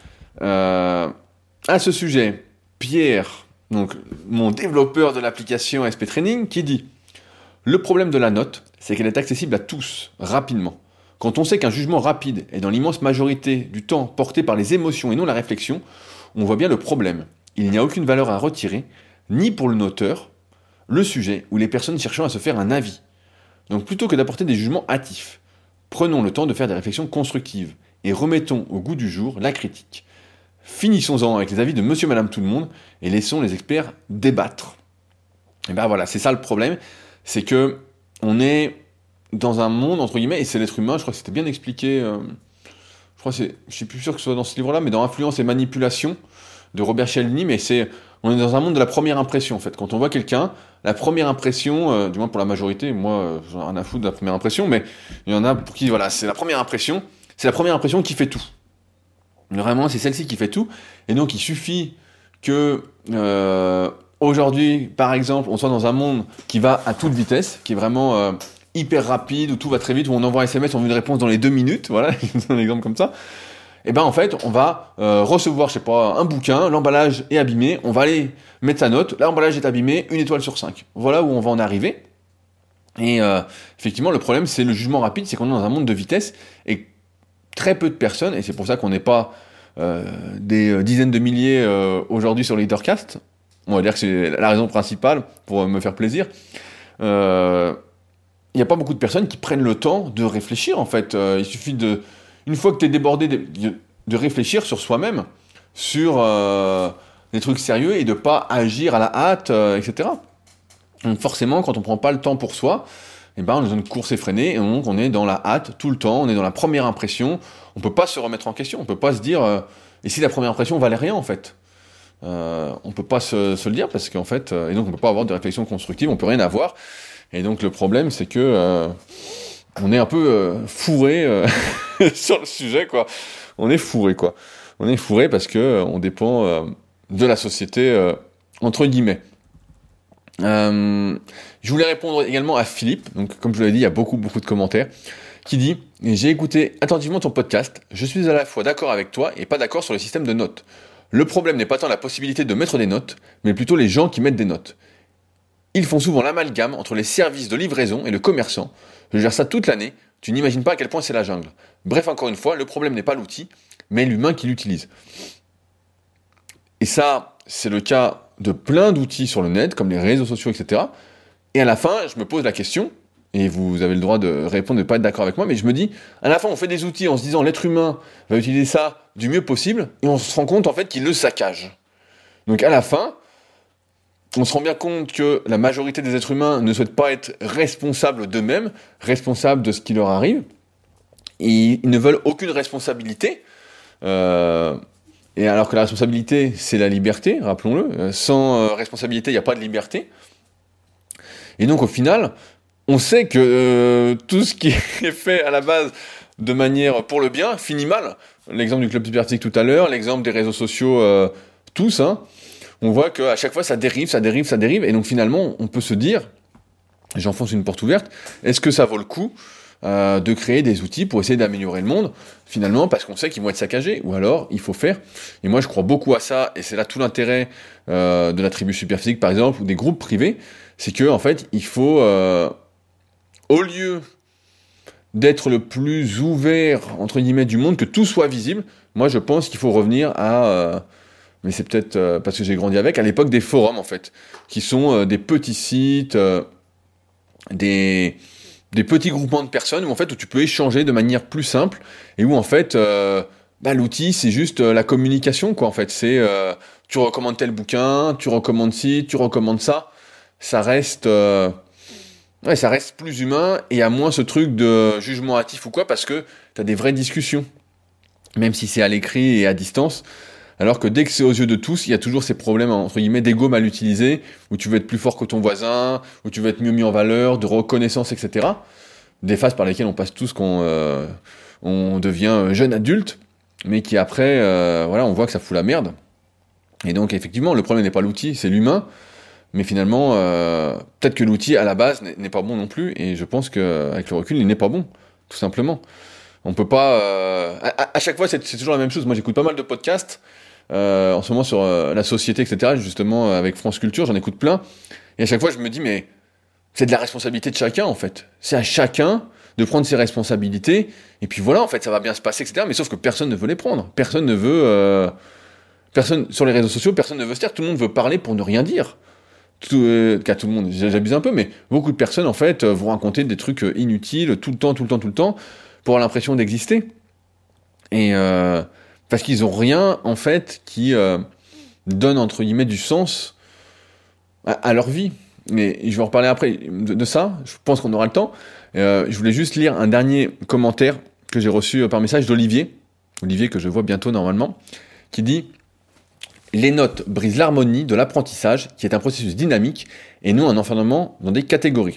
Speaker 1: À ce sujet, Pierre, donc mon développeur de l'application SP Training, qui dit « Le problème de la note, c'est qu'elle est accessible à tous, rapidement. Quand on sait qu'un jugement rapide est dans l'immense majorité du temps porté par les émotions et non la réflexion, on voit bien le problème. Il n'y a aucune valeur à retirer, ni pour le noteur, le sujet ou les personnes cherchant à se faire un avis. Donc plutôt que d'apporter des jugements hâtifs, prenons le temps de faire des réflexions constructives et remettons au goût du jour la critique. Finissons-en avec les avis de monsieur, madame, tout le monde et laissons les experts débattre. » Et ben voilà, c'est ça le problème, c'est que on est dans un monde, entre guillemets, et c'est l'être humain, je crois que c'était bien expliqué, je suis plus sûr que ce soit dans ce livre-là, mais dans Influence et Manipulation, de Robert Cialdini, mais on est dans un monde de la première impression, en fait. Quand on voit quelqu'un, la première impression, du moins pour la majorité, moi, j'en ai rien à foutre de la première impression, mais il y en a pour qui, voilà, c'est la première impression qui fait tout. Vraiment, c'est celle-ci qui fait tout, et donc il suffit que, aujourd'hui, par exemple, on soit dans un monde qui va à toute vitesse, qui est vraiment hyper rapide, où tout va très vite, où on envoie un SMS, on veut une réponse dans les 2 minutes, voilà, un exemple comme ça. Et ben en fait, on va recevoir, je sais pas, un bouquin, l'emballage est abîmé, on va aller mettre sa note, l'emballage est abîmé, 1 étoile sur 5. Voilà où on va en arriver. Et effectivement, le problème, c'est le jugement rapide, c'est qu'on est dans un monde de vitesse, et très peu de personnes, et c'est pour ça qu'on n'est pas des dizaines de milliers aujourd'hui sur Leadercast, on va dire que c'est la raison principale pour me faire plaisir, il n'y a pas beaucoup de personnes qui prennent le temps de réfléchir, en fait. Il suffit une fois que tu es débordé, de réfléchir sur soi-même, sur des trucs sérieux et de pas agir à la hâte, etc. Donc forcément, quand on prend pas le temps pour soi, on est dans une course effrénée, et donc on est dans la hâte tout le temps, on est dans la première impression, on peut pas se remettre en question, on peut pas se dire et si la première impression valait rien, en fait. On peut pas se le dire, parce qu'en fait, et donc on peut pas avoir de réflexion constructive, on peut rien avoir. Et donc le problème, c'est que on est un peu fourré sur le sujet, quoi. On est fourré, quoi. On est fourré parce que on dépend de la société, entre guillemets. Je voulais répondre également à Philippe, donc comme je vous l'ai dit, il y a beaucoup de commentaires, qui dit « J'ai écouté attentivement ton podcast, je suis à la fois d'accord avec toi et pas d'accord sur le système de notes. Le problème n'est pas tant la possibilité de mettre des notes, mais plutôt les gens qui mettent des notes. Ils font souvent l'amalgame entre les services de livraison et le commerçant. Je gère ça toute l'année, tu n'imagines pas à quel point c'est la jungle. Bref, encore une fois, le problème n'est pas l'outil, mais l'humain qui l'utilise. Et ça, c'est le cas de plein d'outils sur le net, comme les réseaux sociaux, etc. Et à la fin, je me pose la question, et vous avez le droit de répondre, de ne pas être d'accord avec moi, mais je me dis, à la fin, on fait des outils en se disant, l'être humain va utiliser ça du mieux possible, et on se rend compte, en fait, qu'il le saccage. Donc à la fin, on se rend bien compte que la majorité des êtres humains ne souhaitent pas être responsables d'eux-mêmes, responsables de ce qui leur arrive, et ils ne veulent aucune responsabilité, et alors que la responsabilité, c'est la liberté, rappelons-le, sans responsabilité, il n'y a pas de liberté. Et donc au final, on sait que tout ce qui est fait à la base de manière pour le bien finit mal. L'exemple du club superphysique tout à l'heure, l'exemple des réseaux sociaux, tous, hein, on voit qu'à chaque fois ça dérive, et donc finalement on peut se dire, j'enfonce une porte ouverte, est-ce que ça vaut le coup de créer des outils pour essayer d'améliorer le monde, finalement, parce qu'on sait qu'ils vont être saccagés, ou alors il faut faire, et moi je crois beaucoup à ça, et c'est là tout l'intérêt de la tribu Superphysique par exemple, ou des groupes privés, c'est que en fait il faut, au lieu d'être le plus ouvert, entre guillemets, du monde, que tout soit visible, moi je pense qu'il faut revenir à, mais c'est peut-être parce que j'ai grandi avec, à l'époque des forums en fait, qui sont des petits sites, des petits groupements de personnes où tu peux échanger de manière plus simple et où en fait l'outil c'est juste la communication quoi en fait, c'est tu recommandes tel bouquin, tu recommandes ci, tu recommandes ça, ça reste plus humain et y a moins ce truc de jugement hâtif ou quoi parce que t'as des vraies discussions même si c'est à l'écrit et à distance. Alors que dès que c'est aux yeux de tous, il y a toujours ces problèmes, entre guillemets, d'ego mal utilisé, où tu veux être plus fort que ton voisin, où tu veux être mieux mis en valeur, de reconnaissance, etc. Des phases par lesquelles on passe tous quand on devient jeune adulte, mais qui après, on voit que ça fout la merde. Et donc, effectivement, le problème n'est pas l'outil, c'est l'humain. Mais finalement, peut-être que l'outil, à la base, n'est pas bon non plus, et je pense qu'avec le recul, il n'est pas bon, tout simplement. On peut pas... à chaque fois, c'est toujours la même chose. Moi, j'écoute pas mal de podcasts, en ce moment sur la société, etc., justement avec France Culture, j'en écoute plein, et à chaque fois je me dis mais c'est de la responsabilité de chacun en fait, c'est à chacun de prendre ses responsabilités, et puis voilà en fait ça va bien se passer, etc., mais sauf que personne ne veut les prendre, personne ne veut, personne sur les réseaux sociaux, personne ne veut se taire, tout le monde veut parler pour ne rien dire, tout le monde, j'abuse un peu, mais beaucoup de personnes en fait vont raconter des trucs inutiles tout le temps, pour avoir l'impression d'exister, et parce qu'ils ont rien, en fait, qui donne, entre guillemets, du sens à leur vie. Mais je vais en reparler après de ça, je pense qu'on aura le temps. Je voulais juste lire un dernier commentaire que j'ai reçu par message d'Olivier, que je vois bientôt normalement, qui dit « Les notes brisent l'harmonie de l'apprentissage, qui est un processus dynamique, et non un enfermement dans des catégories.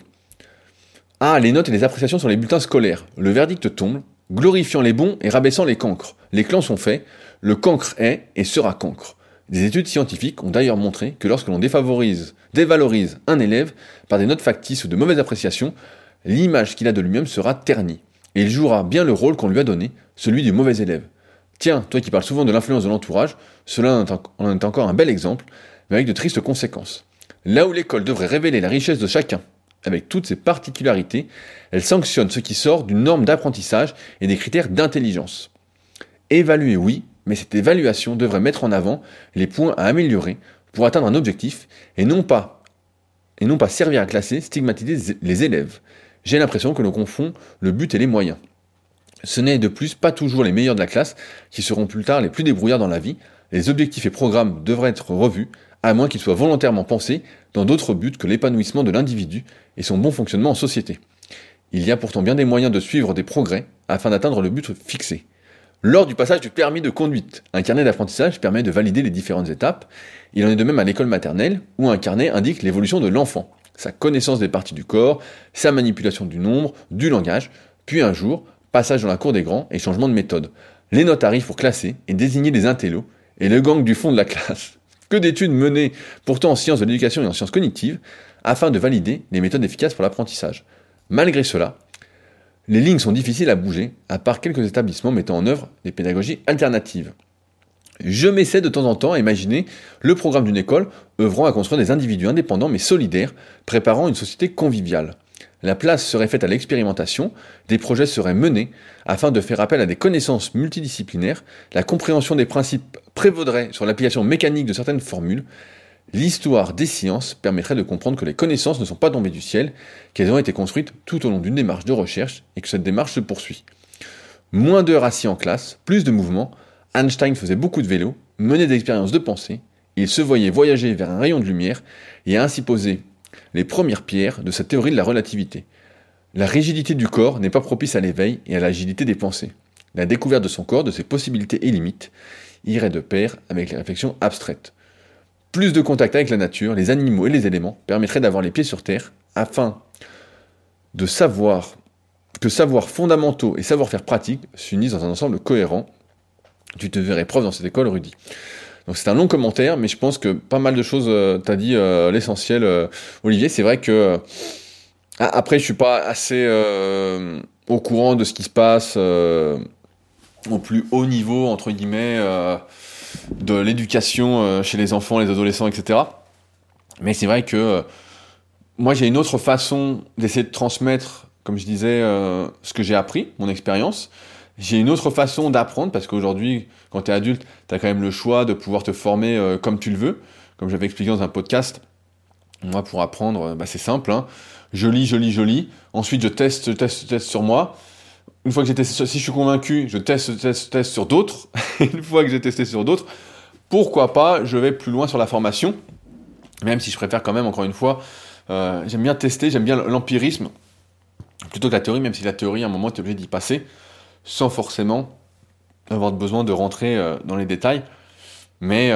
Speaker 1: Ah, les notes et les appréciations sur les bulletins scolaires. Le verdict tombe, glorifiant les bons et rabaissant les cancres. Les clans sont faits, le cancre est et sera cancre. Des études scientifiques ont d'ailleurs montré que lorsque l'on dévalorise un élève par des notes factices ou de mauvaises appréciations, l'image qu'il a de lui-même sera ternie. Et il jouera bien le rôle qu'on lui a donné, celui du mauvais élève. Tiens, toi qui parles souvent de l'influence de l'entourage, cela en est encore un bel exemple, mais avec de tristes conséquences. Là où l'école devrait révéler la richesse de chacun, avec toutes ses particularités, elle sanctionne ce qui sort d'une norme d'apprentissage et des critères d'intelligence. Évaluer, oui, mais cette évaluation devrait mettre en avant les points à améliorer pour atteindre un objectif et non pas servir à classer, stigmatiser les élèves. J'ai l'impression que l'on confond le but et les moyens. Ce n'est de plus pas toujours les meilleurs de la classe qui seront plus tard les plus débrouillards dans la vie. Les objectifs et programmes devraient être revus, à moins qu'ils soient volontairement pensés dans d'autres buts que l'épanouissement de l'individu et son bon fonctionnement en société. Il y a pourtant bien des moyens de suivre des progrès afin d'atteindre le but fixé. Lors du passage du permis de conduite, un carnet d'apprentissage permet de valider les différentes étapes. Il en est de même à l'école maternelle, où un carnet indique l'évolution de l'enfant, sa connaissance des parties du corps, sa manipulation du nombre, du langage, puis un jour, passage dans la cour des grands et changement de méthode. Les notes arrivent pour classer et désigner les intellos et le gang du fond de la classe. Que d'études menées pourtant en sciences de l'éducation et en sciences cognitives, afin de valider les méthodes efficaces pour l'apprentissage. Malgré cela, les lignes sont difficiles à bouger, à part quelques établissements mettant en œuvre des pédagogies alternatives. Je m'essaie de temps en temps à imaginer le programme d'une école œuvrant à construire des individus indépendants mais solidaires, préparant une société conviviale. La place serait faite à l'expérimentation, des projets seraient menés afin de faire appel à des connaissances multidisciplinaires, la compréhension des principes prévaudrait sur l'application mécanique de certaines formules, l'histoire des sciences permettrait de comprendre que les connaissances ne sont pas tombées du ciel, qu'elles ont été construites tout au long d'une démarche de recherche et que cette démarche se poursuit. Moins d'heures assis en classe, plus de mouvements, Einstein faisait beaucoup de vélo, menait des expériences de pensée, il se voyait voyager vers un rayon de lumière et a ainsi posé les premières pierres de sa théorie de la relativité. La rigidité du corps n'est pas propice à l'éveil et à l'agilité des pensées. La découverte de son corps, de ses possibilités et limites, irait de pair avec les réflexions abstraites. Plus de contact avec la nature, les animaux et les éléments permettraient d'avoir les pieds sur terre afin de savoir que savoirs fondamentaux et savoir-faire pratique s'unissent dans un ensemble cohérent. Tu te verrais prof dans cette école, Rudy. Donc c'est un long commentaire, mais je pense que pas mal de choses, t'as dit l'essentiel, Olivier. C'est vrai que après, je suis pas assez au courant de ce qui se passe au plus haut niveau, entre guillemets, de l'éducation chez les enfants, les adolescents, etc. Mais c'est vrai que moi, j'ai une autre façon d'essayer de transmettre, comme je disais, ce que j'ai appris, mon expérience. J'ai une autre façon d'apprendre, parce qu'aujourd'hui, quand tu es adulte, tu as quand même le choix de pouvoir te former comme tu le veux. Comme j'avais expliqué dans un podcast, moi, pour apprendre, c'est simple. Hein. Je lis. Ensuite, je teste sur moi. Une fois que j'ai testé, si je suis convaincu, je teste sur d'autres. Une fois que j'ai testé sur d'autres, pourquoi pas, je vais plus loin sur la formation. Même si je préfère quand même, encore une fois, j'aime bien tester, j'aime bien l'empirisme, plutôt que la théorie, même si la théorie, à un moment, tu es obligé d'y passer, sans forcément avoir besoin de rentrer dans les détails. Mais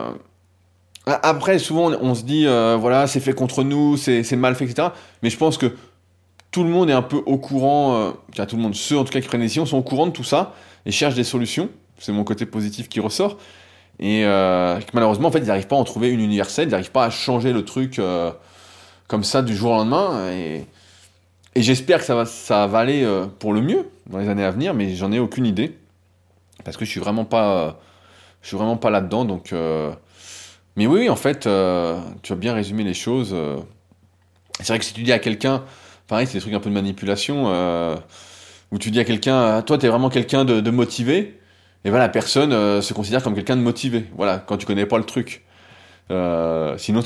Speaker 1: après, souvent, on se dit, voilà, c'est fait contre nous, c'est mal fait, etc. Mais je pense que tout le monde est un peu au courant, tout le monde, ceux en tout cas qui prennent des décisions, sont au courant de tout ça et cherchent des solutions. C'est mon côté positif qui ressort. Et malheureusement, en fait, ils n'arrivent pas à en trouver une universelle, ils n'arrivent pas à changer le truc comme ça du jour au lendemain. Et j'espère que ça va aller pour le mieux dans les années à venir, mais j'en ai aucune idée. Parce que je suis vraiment pas là-dedans. Donc, mais oui, en fait, tu as bien résumé les choses. C'est vrai que si tu dis à quelqu'un, pareil, c'est des trucs un peu de manipulation, où tu dis à quelqu'un, toi, t'es vraiment quelqu'un de motivé, et voilà, la personne se considère comme quelqu'un de motivé. Voilà, quand tu connais pas le truc. Sinon,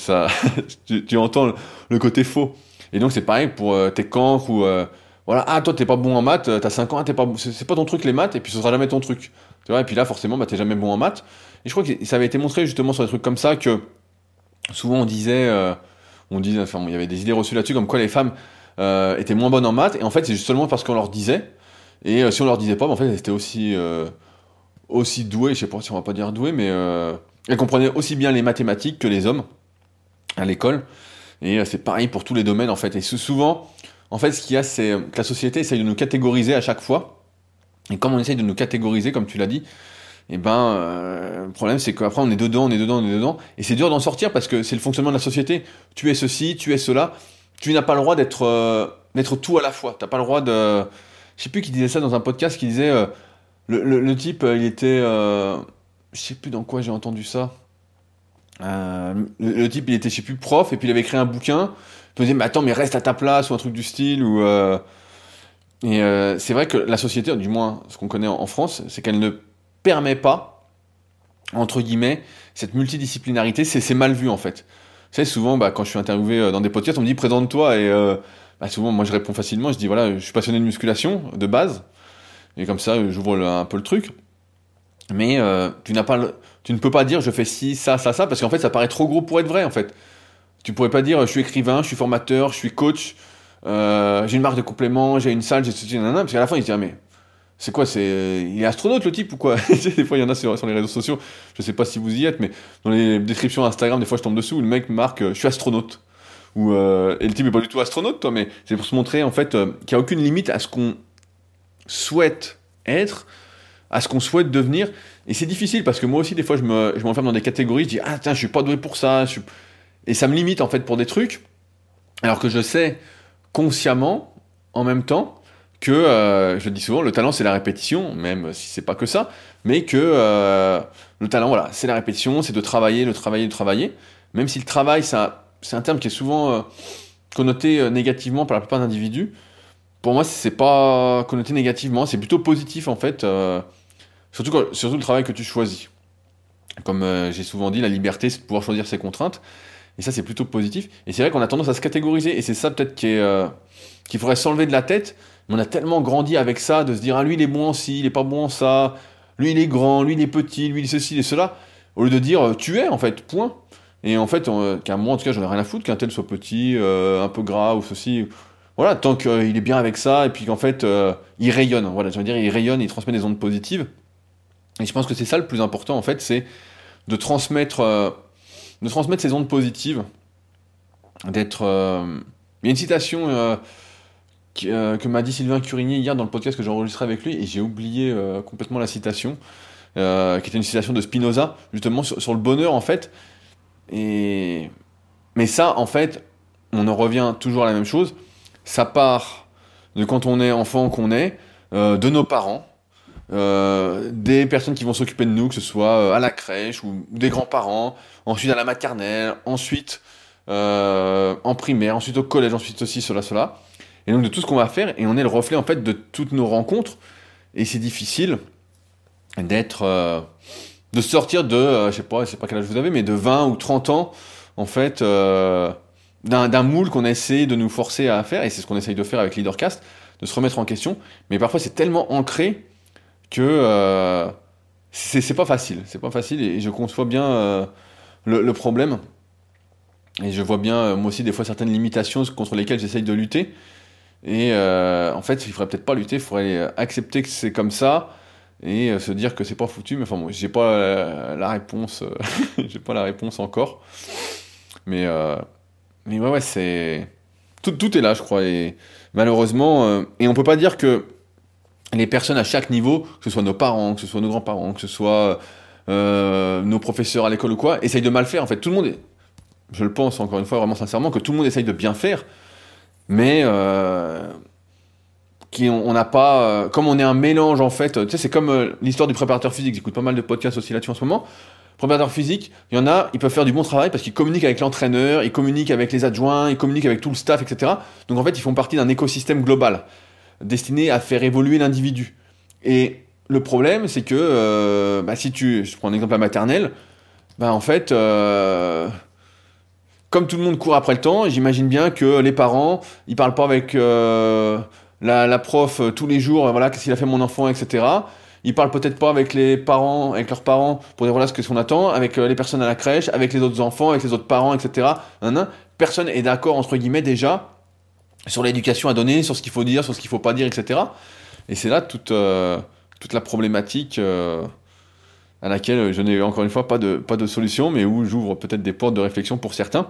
Speaker 1: tu entends le côté faux. Et donc, c'est pareil pour tes cancres ou voilà, toi, t'es pas bon en maths, t'as 5 ans, c'est pas ton truc les maths, et puis ce sera jamais ton truc. Tu vois, et puis là, forcément, t'es jamais bon en maths. Et je crois que ça avait été montré justement sur des trucs comme ça que souvent on disait, enfin, il y avait des idées reçues là-dessus, comme quoi les femmes étaient moins bonnes en maths, et en fait, c'est juste seulement parce qu'on leur disait. Et si on leur disait pas, en fait, elles étaient aussi douées, je sais pas si on va pas dire douées, mais elles comprenaient aussi bien les mathématiques que les hommes à l'école. Et c'est pareil pour tous les domaines, en fait. Et souvent, en fait, ce qu'il y a, c'est que la société essaye de nous catégoriser à chaque fois. Et comme on essaye de nous catégoriser, comme tu l'as dit, et le problème, c'est qu'après, on est dedans. Et c'est dur d'en sortir parce que c'est le fonctionnement de la société. Tu es ceci, tu es cela. Tu n'as pas le droit d'être tout à la fois. T'as pas le droit de... Je sais plus qui disait ça dans un podcast, qui disait... le type, il était... je sais plus dans quoi j'ai entendu ça. Le type, il était, je sais plus, prof, et puis il avait écrit un bouquin. Il me disait, mais attends, mais reste à ta place, ou un truc du style, ou... c'est vrai que la société, du moins ce qu'on connaît en France, c'est qu'elle ne permet pas, entre guillemets, cette multidisciplinarité, c'est mal vu en fait. Tu sais, souvent, quand je suis interviewé dans des podcasts, on me dit présente-toi, et souvent, moi je réponds facilement, je dis voilà, je suis passionné de musculation, de base, et comme ça, j'ouvre un peu le truc. Mais tu ne peux pas dire je fais ci, ça, parce qu'en fait, ça paraît trop gros pour être vrai en fait. Tu pourrais pas dire je suis écrivain, je suis formateur, je suis coach, j'ai une marque de compléments, j'ai une salle, j'ai ceci, nanana, parce qu'à la fin, il se dit, ah, mais c'est quoi, il est astronaute le type ou quoi? Des fois, il y en a sur les réseaux sociaux, je sais pas si vous y êtes, mais dans les descriptions Instagram, des fois, je tombe dessous où le mec marque, je suis astronaute. Et le type est pas du tout astronaute, toi, mais c'est pour se montrer, en fait, qu'il n'y a aucune limite à ce qu'on souhaite être, à ce qu'on souhaite devenir. Et c'est difficile parce que moi aussi, des fois, je m'enferme dans des catégories, je dis, ah, tiens, je suis pas doué pour ça, et ça me limite, en fait, pour des trucs, alors que je sais consciemment, en même temps, que, je le dis souvent, le talent c'est la répétition, même si c'est pas que ça, mais que le talent, voilà, c'est la répétition, c'est de travailler, même si le travail, c'est un terme qui est souvent connoté négativement par la plupart d'individus. Pour moi, c'est pas connoté négativement, c'est plutôt positif en fait, surtout le travail que tu choisis. Comme j'ai souvent dit, la liberté, c'est de pouvoir choisir ses contraintes, et ça, c'est plutôt positif. Et c'est vrai qu'on a tendance à se catégoriser, et c'est ça peut-être qu'il faudrait s'enlever de la tête, mais on a tellement grandi avec ça, de se dire, ah, lui, il est bon en ci, il est pas bon en ça, lui, il est grand, lui, il est petit, lui, il est ceci, il est cela, au lieu de dire, tu es, en fait, point. Et en fait, qu'à moi, en tout cas, j'en ai rien à foutre qu'un tel soit petit, un peu gras, ou ceci. Voilà, tant qu'il est bien avec ça, et puis qu'en fait, il rayonne. Voilà, je veux dire, il rayonne, il transmet des ondes positives. Et je pense que c'est ça le plus important, en fait, c'est de transmettre ces ondes positives, d'être... Il y a une citation que m'a dit Sylvain Curigny hier dans le podcast que j'ai enregistré avec lui, et j'ai oublié complètement la citation, qui était une citation de Spinoza, justement sur le bonheur, en fait. Mais ça, en fait, on en revient toujours à la même chose. Ça part de quand on est enfant qu'on est, de nos parents, des personnes qui vont s'occuper de nous, que ce soit à la crèche ou des grands-parents, ensuite à la maternelle, ensuite en primaire, ensuite au collège, ensuite ceci, cela. Et donc de tout ce qu'on va faire, et on est le reflet en fait de toutes nos rencontres. Et c'est difficile de sortir de, je sais pas quel âge vous avez, mais de 20 ou 30 ans, en fait, d'un moule qu'on a essayé de nous forcer à faire, et c'est ce qu'on essaye de faire avec Leadercast, de se remettre en question, mais parfois c'est tellement ancré que c'est pas facile, et je conçois bien le problème, et je vois bien, moi aussi, des fois, certaines limitations contre lesquelles j'essaye de lutter, et en fait, il faudrait peut-être pas lutter, il faudrait accepter que c'est comme ça, et se dire que c'est pas foutu, mais enfin bon, j'ai pas la réponse, j'ai pas la réponse encore, mais ouais, c'est... Tout est là, je crois, et malheureusement, et on peut pas dire que les personnes à chaque niveau, que ce soit nos parents, que ce soit nos grands-parents, que ce soit nos professeurs à l'école ou quoi, essayent de mal faire, en fait, tout le monde, je le pense encore une fois vraiment sincèrement, que tout le monde essaye de bien faire, mais on n'a pas, comme on est un mélange en fait, tu sais, c'est comme l'histoire du préparateur physique, j'écoute pas mal de podcasts aussi là-dessus en ce moment. Préparateur physique, il y en a, ils peuvent faire du bon travail parce qu'ils communiquent avec l'entraîneur, ils communiquent avec les adjoints, ils communiquent avec tout le staff, etc. Donc en fait, ils font partie d'un écosystème global destiné à faire évoluer l'individu. Et le problème, c'est que si je prends un exemple à maternelle, en fait, comme tout le monde court après le temps, j'imagine bien que les parents, ils parlent pas avec la prof tous les jours, voilà, qu'est-ce qu'il a fait mon enfant, etc. Ils parlent peut-être pas avec leurs parents, pour dire voilà ce qu'on attend, avec les personnes à la crèche, avec les autres enfants, avec les autres parents, etc. Personne est d'accord, entre guillemets, déjà, sur l'éducation à donner, sur ce qu'il faut dire, sur ce qu'il faut pas dire, etc. Et c'est là toute la problématique à laquelle je n'ai encore une fois pas de solution, mais où j'ouvre peut-être des portes de réflexion pour certains.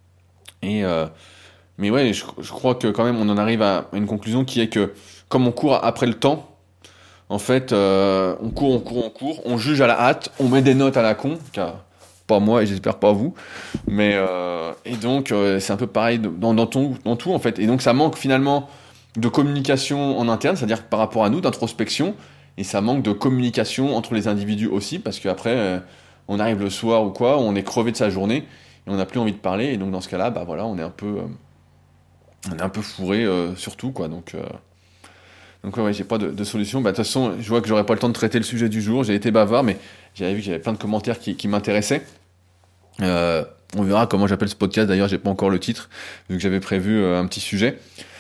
Speaker 1: Mais ouais, je crois que quand même on en arrive à une conclusion qui est que comme on court après le temps, en fait, on court, on juge à la hâte, on met des notes à la con, car pas moi et j'espère pas vous, mais et donc c'est un peu pareil dans tout en fait, et donc ça manque finalement de communication en interne, c'est-à-dire par rapport à nous, d'introspection, et ça manque de communication entre les individus aussi, parce qu'après on arrive le soir ou quoi, on est crevé de sa journée, et on n'a plus envie de parler, et donc dans ce cas-là, voilà, on est un peu fourré surtout, quoi, donc ouais, j'ai pas de solution. De toute façon, je vois que j'aurais pas le temps de traiter le sujet du jour. J'ai été bavard, mais j'avais vu que j'avais plein de commentaires qui m'intéressaient. On verra comment j'appelle ce podcast. D'ailleurs, j'ai pas encore le titre, vu que j'avais prévu un petit sujet.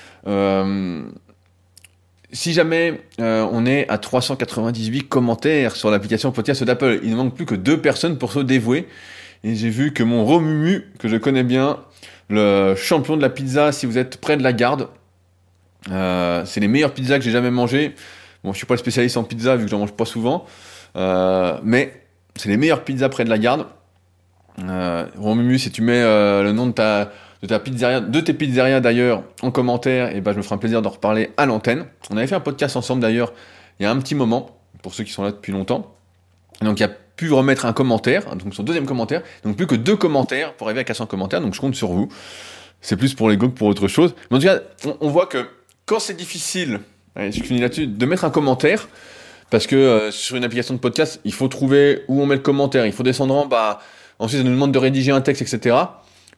Speaker 1: Si jamais on est à 398 commentaires sur l'application podcast d'Apple, il ne manque plus que 2 personnes pour se dévouer. Et j'ai vu que mon Romumu, que je connais bien, le champion de la pizza, si vous êtes près de la Garde, c'est les meilleures pizzas que j'ai jamais mangées. Bon, je suis pas le spécialiste en pizza vu que j'en mange pas souvent, mais c'est les meilleures pizzas près de la Garde. Romumu, si tu mets le nom de ta pizzeria, de tes pizzerias d'ailleurs, en commentaire, et je me ferai un plaisir d'en reparler à l'antenne. On avait fait un podcast ensemble d'ailleurs il y a un petit moment, pour ceux qui sont là depuis longtemps. Donc il a pu remettre un commentaire, donc son 2e commentaire, donc plus que 2 commentaires pour arriver à 400 commentaires, donc je compte sur vous. C'est plus pour l'ego que pour autre chose. Mais en tout cas, on voit que quand c'est difficile, allez, je finis là-dessus, de mettre un commentaire, parce que sur une application de podcast, il faut trouver où on met le commentaire, il faut descendre en bas, ensuite ça nous demande de rédiger un texte, etc.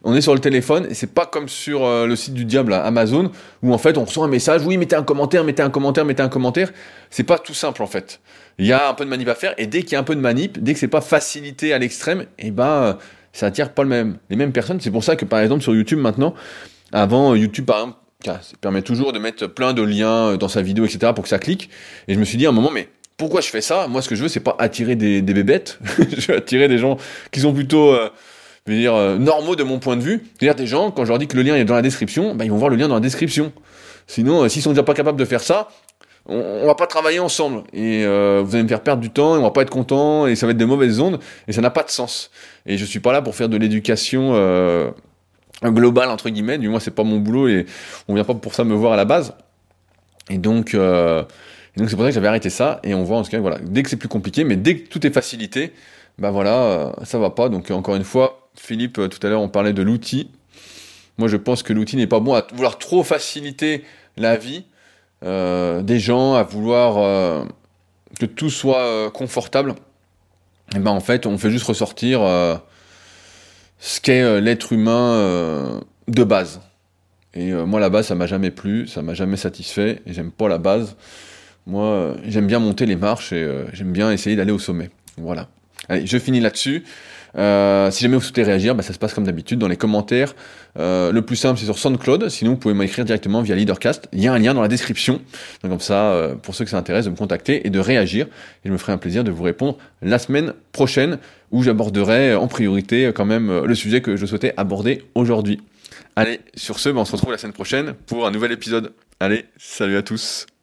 Speaker 1: on est sur le téléphone et c'est pas comme sur le site du diable, Amazon, où en fait on reçoit un message, oui, mettez un commentaire. C'est pas tout simple en fait. Il y a un peu de manip à faire et dès qu'il y a un peu de manip, dès que c'est pas facilité à l'extrême, ça attire pas les mêmes personnes. C'est pour ça que par exemple sur YouTube maintenant, avant YouTube par exemple, ça permet toujours de mettre plein de liens dans sa vidéo, etc. pour que ça clique. Et je me suis dit à un moment, mais pourquoi je fais ça ? Moi, ce que je veux, c'est pas attirer des bébêtes. Je veux attirer des gens qui sont plutôt, normaux de mon point de vue. C'est-à-dire des gens, quand je leur dis que le lien est dans la description, ils vont voir le lien dans la description. Sinon, s'ils sont déjà pas capables de faire ça, on va pas travailler ensemble. Et vous allez me faire perdre du temps, et on va pas être content, et ça va être de mauvaises ondes, et ça n'a pas de sens. Et je suis pas là pour faire de l'éducation globale, entre guillemets. Du moins, c'est pas mon boulot, et on vient pas pour ça me voir à la base. Et donc c'est pour ça que j'avais arrêté ça, et on voit en tout cas, voilà, dès que c'est plus compliqué, mais dès que tout est facilité, ça va pas. Donc encore une fois, Philippe, tout à l'heure on parlait de l'outil. Moi je pense que l'outil n'est pas bon à vouloir trop faciliter la vie des gens, à vouloir que tout soit confortable. Et en fait on fait juste ressortir ce qu'est l'être humain de base. Et moi la base ça m'a jamais plu, ça m'a jamais satisfait, et j'aime pas la base. Moi, j'aime bien monter les marches et j'aime bien essayer d'aller au sommet. Voilà. Allez, je finis là-dessus. Si jamais vous souhaitez réagir, ça se passe comme d'habitude dans les commentaires. Le plus simple, c'est sur SoundCloud. Sinon, vous pouvez m'écrire directement via Leadercast. Il y a un lien dans la description. Donc comme ça, pour ceux que ça intéresse, de me contacter et de réagir. Et je me ferai un plaisir de vous répondre la semaine prochaine, où j'aborderai en priorité quand même le sujet que je souhaitais aborder aujourd'hui. Allez, sur ce, on se retrouve la semaine prochaine pour un nouvel épisode. Allez, salut à tous.